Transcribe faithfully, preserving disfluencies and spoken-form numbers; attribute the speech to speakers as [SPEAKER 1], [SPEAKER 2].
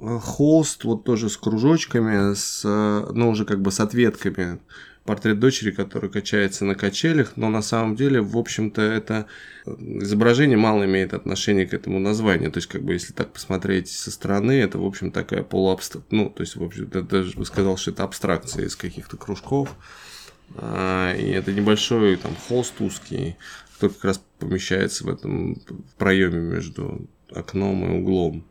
[SPEAKER 1] холст, вот тоже с кружочками, с, ну, уже как бы с ответками. Портрет дочери, который качается на качелях, но на самом деле, в общем-то, это изображение мало имеет отношение к этому названию. То есть, как бы, если так посмотреть со стороны, это, в общем, такая полуабстракция. Ну, то есть, в общем, я даже бы сказал, что это абстракция из каких-то кружков. И это небольшой там холст узкий, который как раз помещается в этом проеме между окном и углом.